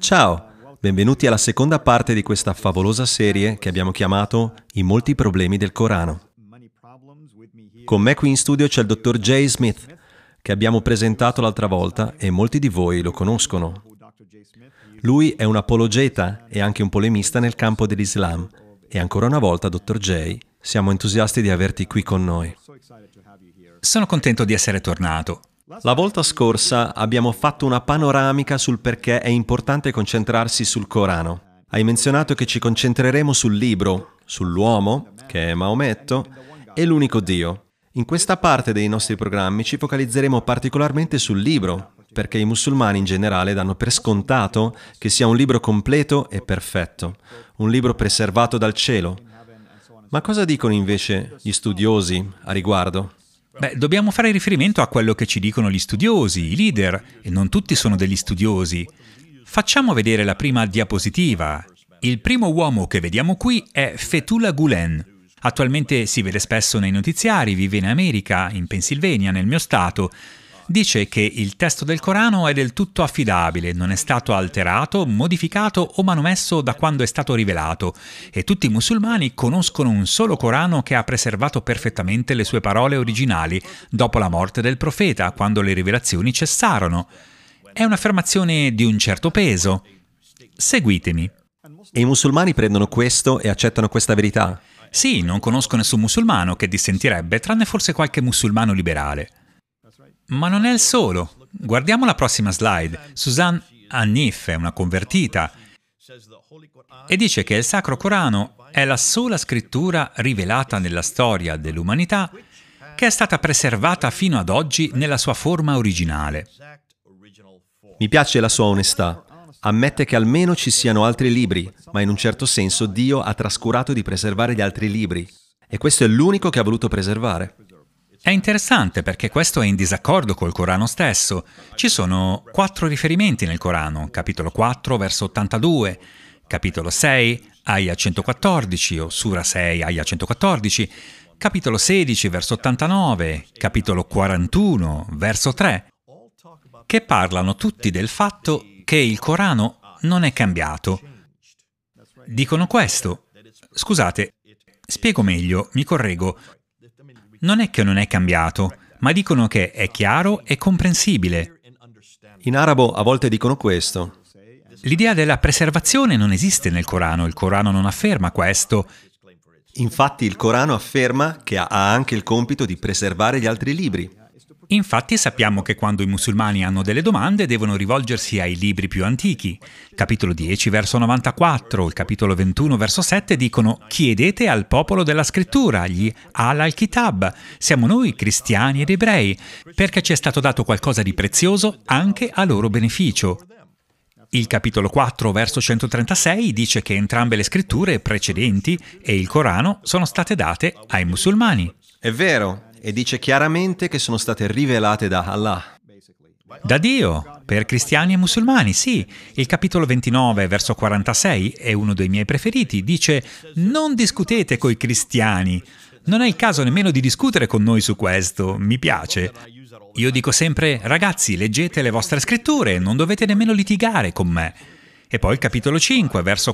Ciao, benvenuti alla seconda parte di questa favolosa serie che abbiamo chiamato I molti problemi del Corano. Con me qui in studio c'è il dottor Jay Smith, che abbiamo presentato l'altra volta e molti di voi lo conoscono. Lui è un apologeta e anche un polemista nel campo dell'Islam e ancora una volta, dottor Jay, siamo entusiasti di averti qui con noi. Sono contento di essere tornato. La volta scorsa abbiamo fatto una panoramica sul perché è importante concentrarsi sul Corano. Hai menzionato che ci concentreremo sul libro, sull'uomo, che è Maometto, e l'unico Dio. In questa parte dei nostri programmi ci focalizzeremo particolarmente sul libro, perché i musulmani in generale danno per scontato che sia un libro completo e perfetto, un libro preservato dal cielo. Ma cosa dicono invece gli studiosi a riguardo? Dobbiamo fare riferimento a quello che ci dicono gli studiosi, i leader, e non tutti sono degli studiosi. Facciamo vedere la prima diapositiva. Il primo uomo che vediamo qui è Fethullah Gulen. Attualmente si vede spesso nei notiziari, vive in America, in Pennsylvania, nel mio stato. Dice che il testo del Corano è del tutto affidabile, non è stato alterato, modificato o manomesso da quando è stato rivelato e tutti i musulmani conoscono un solo Corano che ha preservato perfettamente le sue parole originali dopo la morte del profeta, quando le rivelazioni cessarono. È un'affermazione di un certo peso. Seguitemi. E i musulmani prendono questo e accettano questa verità? Sì, non conosco nessun musulmano che dissentirebbe, tranne forse qualche musulmano liberale. Ma non è il solo. Guardiamo la prossima slide. Suzanne Hanif è una convertita e dice che il Sacro Corano è la sola scrittura rivelata nella storia dell'umanità che è stata preservata fino ad oggi nella sua forma originale. Mi piace la sua onestà. Ammette che almeno ci siano altri libri, ma in un certo senso Dio ha trascurato di preservare gli altri libri. E questo è l'unico che ha voluto preservare. È interessante perché questo è in disaccordo col Corano stesso. Ci sono 4 riferimenti nel Corano, capitolo 4, verso 82, capitolo 6, Aya 114 o Sura 6, Aya 114, capitolo 16, verso 89, capitolo 41, verso 3, che parlano tutti del fatto che il Corano non è cambiato. Dicono questo. Scusate, spiego meglio, mi correggo. Non è che non è cambiato, ma dicono che è chiaro e comprensibile. In arabo a volte dicono questo. L'idea della preservazione non esiste nel Corano, il Corano non afferma questo. Infatti il Corano afferma che ha anche il compito di preservare gli altri libri. Infatti sappiamo che quando i musulmani hanno delle domande devono rivolgersi ai libri più antichi. Capitolo 10, verso 94, il capitolo 21, verso 7 dicono «Chiedete al popolo della scrittura, gli al-Kitab, siamo noi cristiani ed ebrei, perché ci è stato dato qualcosa di prezioso anche a loro beneficio». Il capitolo 4, verso 136 dice che entrambe le scritture precedenti e il Corano sono state date ai musulmani. È vero. E dice chiaramente che sono state rivelate da Allah. Da Dio, per cristiani e musulmani, sì. Il capitolo 29, verso 46, è uno dei miei preferiti. Dice, non discutete coi cristiani. Non è il caso nemmeno di discutere con noi su questo. Mi piace. Io dico sempre, ragazzi, leggete le vostre scritture, non dovete nemmeno litigare con me. E poi il capitolo 5, verso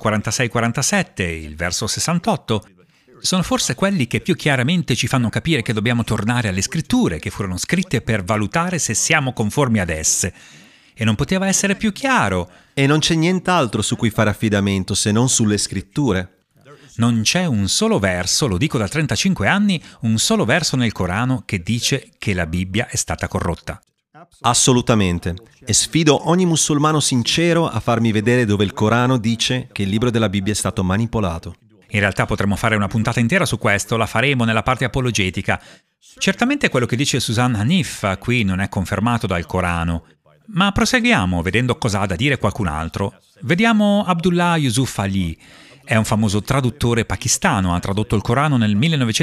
46-47, il verso 68, sono forse quelli che più chiaramente ci fanno capire che dobbiamo tornare alle scritture che furono scritte per valutare se siamo conformi ad esse. E non poteva essere più chiaro. E non c'è nient'altro su cui fare affidamento se non sulle scritture. Non c'è un solo verso, lo dico da 35 anni, un solo verso nel Corano che dice che la Bibbia è stata corrotta. Assolutamente. E sfido ogni musulmano sincero a farmi vedere dove il Corano dice che il libro della Bibbia è stato manipolato. In realtà potremmo fare una puntata intera su questo, la faremo nella parte apologetica. Certamente quello che dice Suzanne Hanif qui non è confermato dal Corano, ma proseguiamo vedendo cosa ha da dire qualcun altro. Vediamo Abdullah Yusuf Ali, è un famoso traduttore pakistano, ha tradotto il Corano nel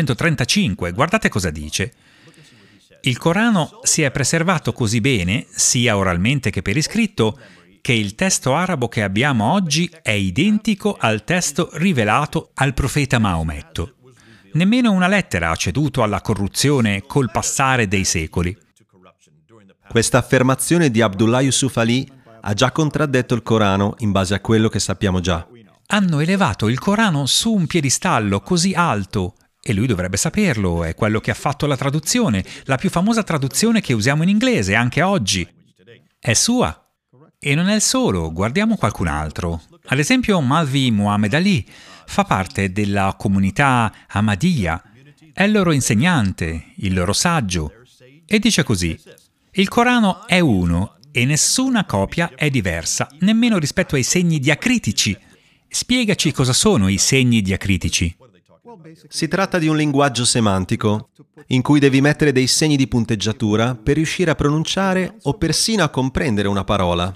1935, guardate cosa dice. Il Corano si è preservato così bene, sia oralmente che per iscritto, che il testo arabo che abbiamo oggi è identico al testo rivelato al profeta Maometto. Nemmeno una lettera ha ceduto alla corruzione col passare dei secoli. Questa affermazione di Abdullah Yusuf Ali ha già contraddetto il Corano in base a quello che sappiamo già. Hanno elevato il Corano su un piedistallo così alto, e lui dovrebbe saperlo, è quello che ha fatto la traduzione, la più famosa traduzione che usiamo in inglese anche oggi. È sua. E non è il solo, guardiamo qualcun altro. Ad esempio Maulvi Muhammad Ali fa parte della comunità Ahmadiyya, è il loro insegnante, il loro saggio, e dice così: il Corano è uno e nessuna copia è diversa, nemmeno rispetto ai segni diacritici. Spiegaci cosa sono i segni diacritici. Si tratta di un linguaggio semantico in cui devi mettere dei segni di punteggiatura per riuscire a pronunciare o persino a comprendere una parola.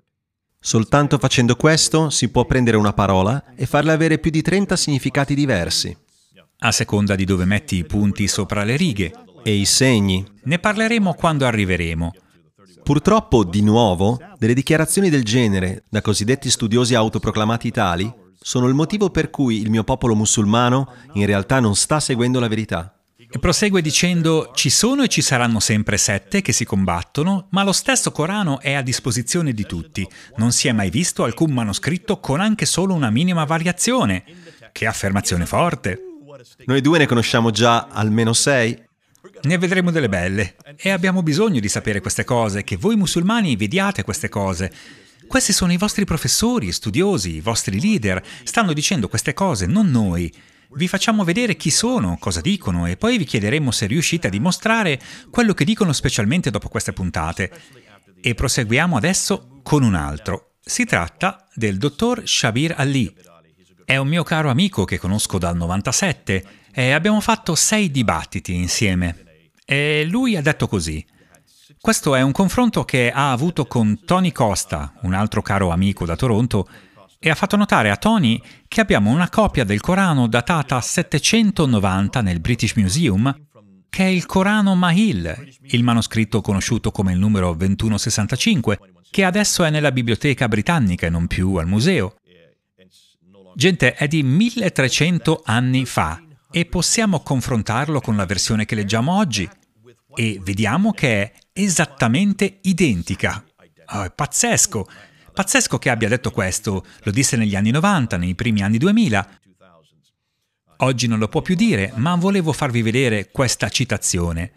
Soltanto facendo questo si può prendere una parola e farla avere più di 30 significati diversi. A seconda di dove metti i punti sopra le righe. E i segni. Ne parleremo quando arriveremo. Purtroppo, di nuovo, delle dichiarazioni del genere, da cosiddetti studiosi autoproclamati tali, sono il motivo per cui il mio popolo musulmano in realtà non sta seguendo la verità. E prosegue dicendo: ci sono e ci saranno sempre sette che si combattono, ma lo stesso Corano è a disposizione di tutti. Non si è mai visto alcun manoscritto con anche solo una minima variazione. Che affermazione forte! Noi due ne conosciamo già almeno 6. Ne vedremo delle belle. E abbiamo bisogno di sapere queste cose, che voi musulmani vediate queste cose. Questi sono i vostri professori, studiosi, i vostri leader. Stanno dicendo queste cose, non noi. Vi facciamo vedere chi sono, cosa dicono, e poi vi chiederemo se riuscite a dimostrare quello che dicono, specialmente dopo queste puntate. E proseguiamo adesso con un altro. Si tratta del dottor Shabir Ali. È un mio caro amico che conosco dal 97 e abbiamo fatto 6 dibattiti insieme. E lui ha detto così: questo è un confronto che ha avuto con Tony Costa, un altro caro amico da Toronto, e ha fatto notare a Tony che abbiamo una copia del Corano datata 790 nel British Museum, che è il Corano Mahil, il manoscritto conosciuto come il numero 2165, che adesso è nella biblioteca britannica e non più al museo. Gente, è di 1300 anni fa e possiamo confrontarlo con la versione che leggiamo oggi e vediamo che è esattamente identica. Oh, è pazzesco! Pazzesco che abbia detto questo, lo disse negli anni 90, nei primi anni 2000. Oggi non lo può più dire, ma volevo farvi vedere questa citazione.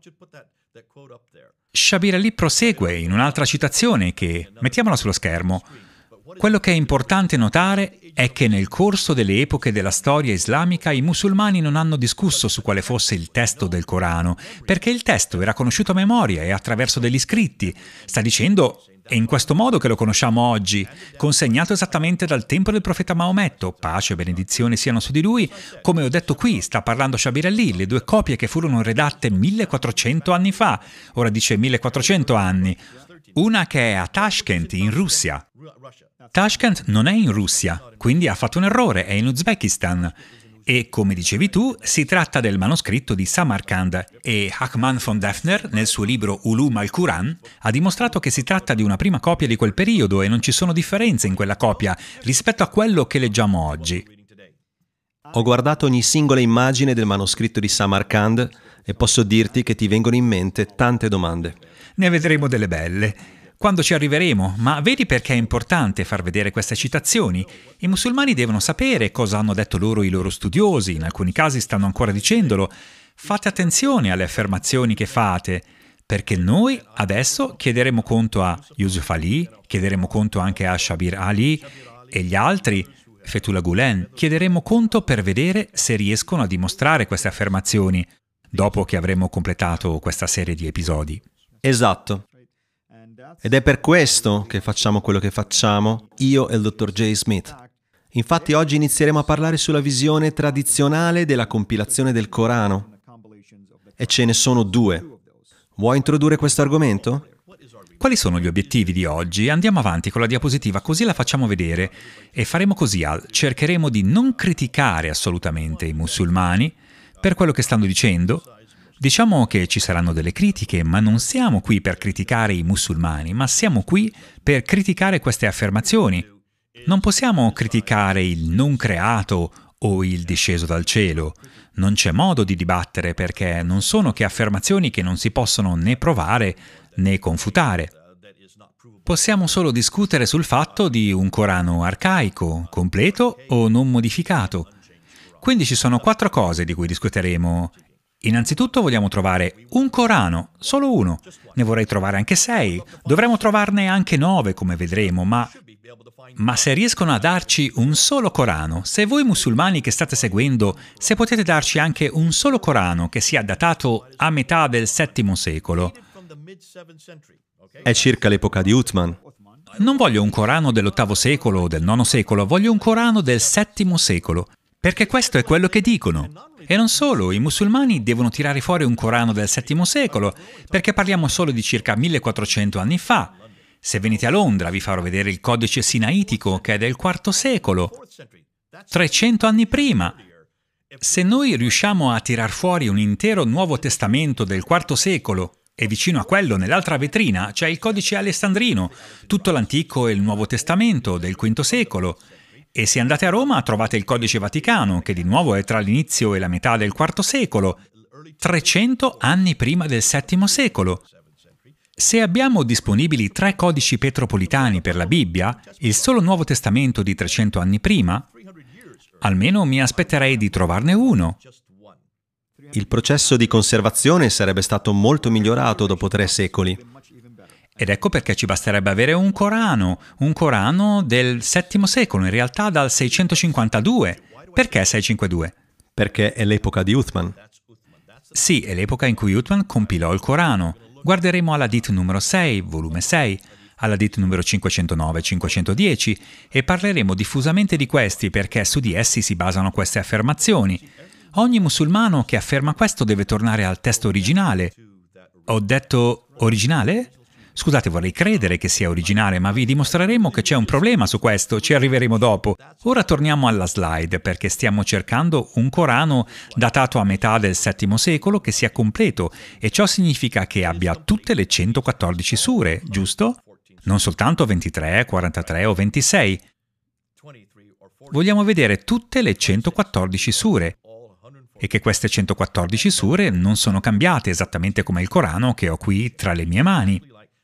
Shabir Ali prosegue in un'altra citazione che, mettiamola sullo schermo. Quello che è importante notare è che nel corso delle epoche della storia islamica i musulmani non hanno discusso su quale fosse il testo del Corano, perché il testo era conosciuto a memoria e attraverso degli scritti. Sta dicendo: è in questo modo che lo conosciamo oggi, consegnato esattamente dal tempo del profeta Maometto, pace e benedizione siano su di lui. Come ho detto qui, sta parlando Shabir Ali, le 2 copie che furono redatte 1400 anni fa, ora dice 1400 anni, una che è a Tashkent, in Russia. Tashkent non è in Russia, quindi ha fatto un errore, è in Uzbekistan. E, come dicevi tu, si tratta del manoscritto di Samarkand e Hackman von Defner, nel suo libro Ulum al-Quran, ha dimostrato che si tratta di una prima copia di quel periodo e non ci sono differenze in quella copia rispetto a quello che leggiamo oggi. Ho guardato ogni singola immagine del manoscritto di Samarkand e posso dirti che ti vengono in mente tante domande. Ne vedremo delle belle. Quando ci arriveremo, ma vedi perché è importante far vedere queste citazioni? I musulmani devono sapere cosa hanno detto loro i loro studiosi, in alcuni casi stanno ancora dicendolo. Fate attenzione alle affermazioni che fate, perché noi adesso chiederemo conto a Yusuf Ali, chiederemo conto anche a Shabir Ali e gli altri, Fethullah Gulen, chiederemo conto per vedere se riescono a dimostrare queste affermazioni, dopo che avremo completato questa serie di episodi. Esatto. Ed è per questo che facciamo quello che facciamo, io e il dottor J. Smith. Infatti oggi inizieremo a parlare sulla visione tradizionale della compilazione del Corano. E ce ne sono 2. Vuoi introdurre questo argomento? Quali sono gli obiettivi di oggi? Andiamo avanti con la diapositiva così la facciamo vedere e faremo così, cercheremo di non criticare assolutamente i musulmani per quello che stanno dicendo. Diciamo che ci saranno delle critiche, ma non siamo qui per criticare i musulmani, ma siamo qui per criticare queste affermazioni. Non possiamo criticare il non creato o il disceso dal cielo. Non c'è modo di dibattere perché non sono che affermazioni che non si possono né provare né confutare. Possiamo solo discutere sul fatto di un Corano arcaico, completo o non modificato. Quindi ci sono 4 cose di cui discuteremo. Innanzitutto vogliamo trovare un Corano, solo uno. Ne vorrei trovare anche 6, dovremmo trovarne anche 9 come vedremo, ma se riescono a darci un solo Corano, se voi musulmani che state seguendo, se potete darci anche un solo Corano che sia datato a metà del VII secolo. È circa l'epoca di Uthman. Non voglio un Corano dell'VIII secolo o del IX secolo, voglio un Corano del VII secolo, perché questo è quello che dicono. E non solo, i musulmani devono tirare fuori un Corano del VII secolo, perché parliamo solo di circa 1400 anni fa. Se venite a Londra vi farò vedere il codice sinaitico che è del IV secolo, 300 anni prima. Se noi riusciamo a tirar fuori un intero Nuovo Testamento del IV secolo, e vicino a quello, nell'altra vetrina, c'è il codice alessandrino, tutto l'Antico e il Nuovo Testamento del V secolo. E se andate a Roma trovate il codice Vaticano, che di nuovo è tra l'inizio e la metà del IV secolo, 300 anni prima del VII secolo. Se abbiamo disponibili 3 codici petropolitani per la Bibbia, il solo Nuovo Testamento di 300 anni prima, almeno mi aspetterei di trovarne uno. Il processo di conservazione sarebbe stato molto migliorato dopo 3 secoli. Ed ecco perché ci basterebbe avere un Corano del VII secolo, in realtà dal 652. Perché 652? Perché è l'epoca di Uthman. Sì, è l'epoca in cui Uthman compilò il Corano. Guarderemo all'Hadith numero 6, volume 6, all'Hadith numero 509 e 510 e parleremo diffusamente di questi perché su di essi si basano queste affermazioni. Ogni musulmano che afferma questo deve tornare al testo originale. Ho detto originale? Scusate, vorrei credere che sia originale, ma vi dimostreremo che c'è un problema su questo, ci arriveremo dopo. Ora torniamo alla slide, perché stiamo cercando un Corano datato a metà del VII secolo che sia completo, e ciò significa che abbia tutte le 114 sure, giusto? Non soltanto 23, 43 o 26. Vogliamo vedere tutte le 114 sure. E che queste 114 sure non sono cambiate esattamente come il Corano che ho qui tra le mie mani.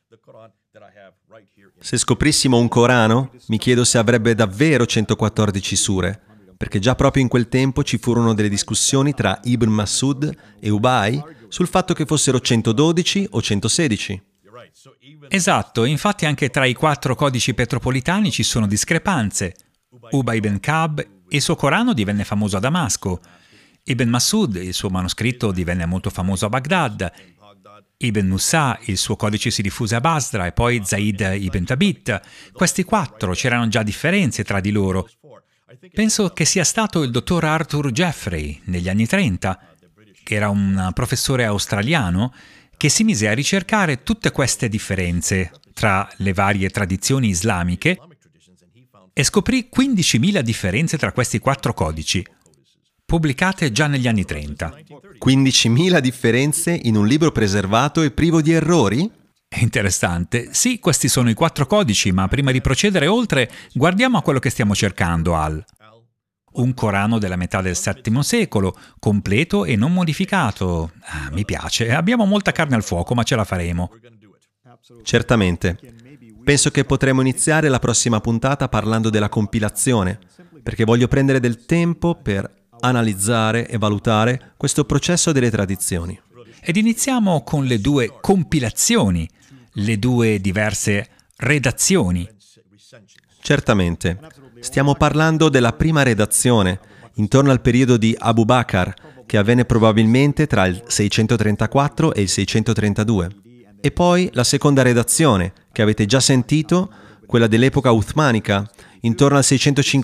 Se scoprissimo un Corano, mi chiedo se avrebbe davvero 114 sure, perché già proprio in quel tempo ci furono delle discussioni tra Ibn Mas'ud e Ubay sul fatto che fossero 112 o 116. Esatto, infatti anche tra i 4 codici petropolitani ci sono discrepanze. Ubay ibn Ka'b, il suo Corano divenne famoso a Damasco. Ibn Mas'ud, il suo manoscritto, divenne molto famoso a Baghdad. Ibn Musa, il suo codice si diffuse a Basra e poi Zaid ibn Thabit. Questi 4 c'erano già differenze tra di loro. Penso che sia stato il dottor Arthur Jeffrey, negli anni 30, che era un professore australiano, che si mise a ricercare tutte queste differenze tra le varie tradizioni islamiche e scoprì 15.000 differenze tra questi 4 codici, pubblicate già negli anni 30. 15.000 differenze in un libro preservato e privo di errori? Interessante. Sì, questi sono i 4 codici, ma prima di procedere oltre, guardiamo a quello che stiamo cercando, Al. Un Corano della metà del VII secolo, completo e non modificato. Mi piace, abbiamo molta carne al fuoco, ma ce la faremo. Certamente. Penso che potremo iniziare la prossima puntata parlando della compilazione, perché voglio prendere del tempo per analizzare e valutare questo processo delle tradizioni. Ed iniziamo con le 2 compilazioni, le 2 diverse redazioni. Certamente. Stiamo parlando della prima redazione, intorno al periodo di Abu Bakr, che avvenne probabilmente tra il 634 e il 632. E poi la seconda redazione, che avete già sentito, quella dell'epoca uthmanica, intorno al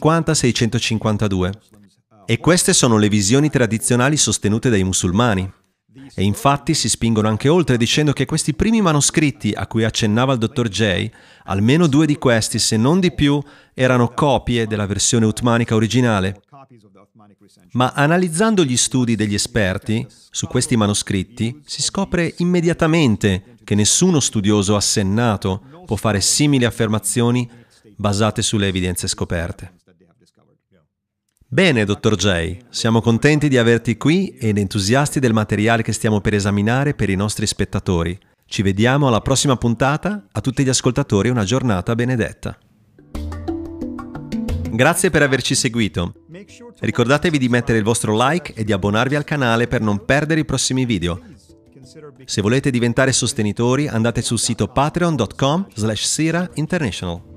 650-652. E queste sono le visioni tradizionali sostenute dai musulmani. E infatti si spingono anche oltre dicendo che questi primi manoscritti a cui accennava il dottor J, almeno 2 di questi, se non di più, erano copie della versione uthmanica originale. Ma analizzando gli studi degli esperti su questi manoscritti, si scopre immediatamente che nessuno studioso assennato può fare simili affermazioni basate sulle evidenze scoperte. Bene, dottor J, siamo contenti di averti qui ed entusiasti del materiale che stiamo per esaminare per i nostri spettatori. Ci vediamo alla prossima puntata. A tutti gli ascoltatori una giornata benedetta. Grazie per averci seguito. Ricordatevi di mettere il vostro like e di abbonarvi al canale per non perdere i prossimi video. Se volete diventare sostenitori, andate sul sito patreon.com/Sira International.